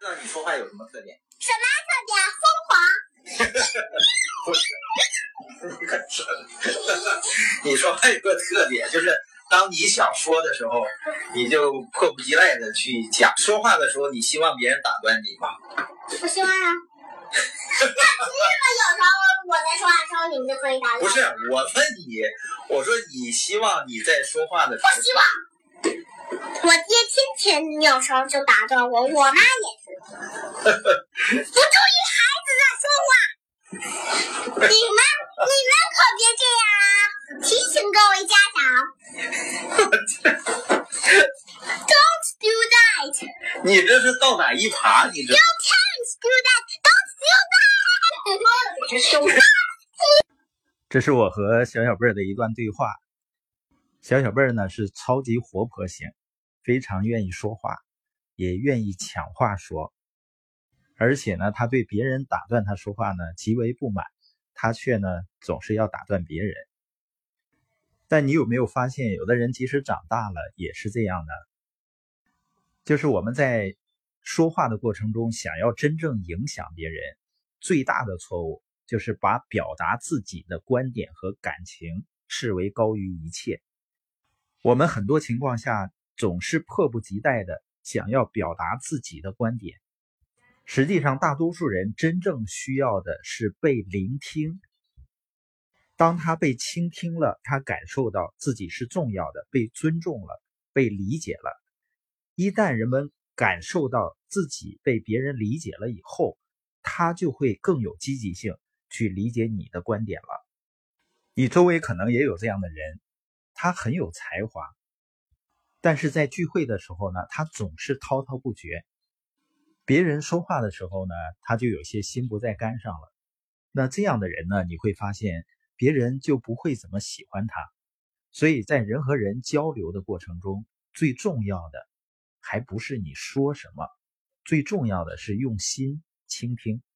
知道你说话有什么特点？ 什么特点？疯狂。 不是，你说话有个特点，就是当你想说的时候，你就迫不及待的去讲。说话的时候，你希望别人打断你吗？ 不希望啊。那为什么有时候我在说话的时候，你们就可以打断？ 不是，我问你，我说你希望你在说话的时候， 我希望。我爹天天有时候就打断我，我妈也是。不注意孩子的说话，你们可别这样啊！提醒各位家长 ，Don't do that。 你这是倒打一耙，你这。 You can't do that. Don't do that。这凶。 这是我和小小贝儿的一段对话。小小贝儿呢是超级活泼型，非常愿意说话，也愿意抢话说，而且呢他对别人打断他说话呢极为不满，他却呢总是要打断别人。但你有没有发现，有的人即使长大了也是这样的，就是我们在说话的过程中想要真正影响别人，最大的错误就是把表达自己的观点和感情视为高于一切。我们很多情况下总是迫不及待的想要表达自己的观点，实际上大多数人真正需要的是被聆听。当他被倾听了，他感受到自己是重要的，被尊重了，被理解了。一旦人们感受到自己被别人理解了以后，他就会更有积极性去理解你的观点了。你周围可能也有这样的人，他很有才华，但是在聚会的时候呢，他总是滔滔不绝。别人说话的时候呢，他就有些心不在肝上了。那这样的人呢，你会发现别人就不会怎么喜欢他。所以在人和人交流的过程中，最重要的还不是你说什么，最重要的是用心倾听。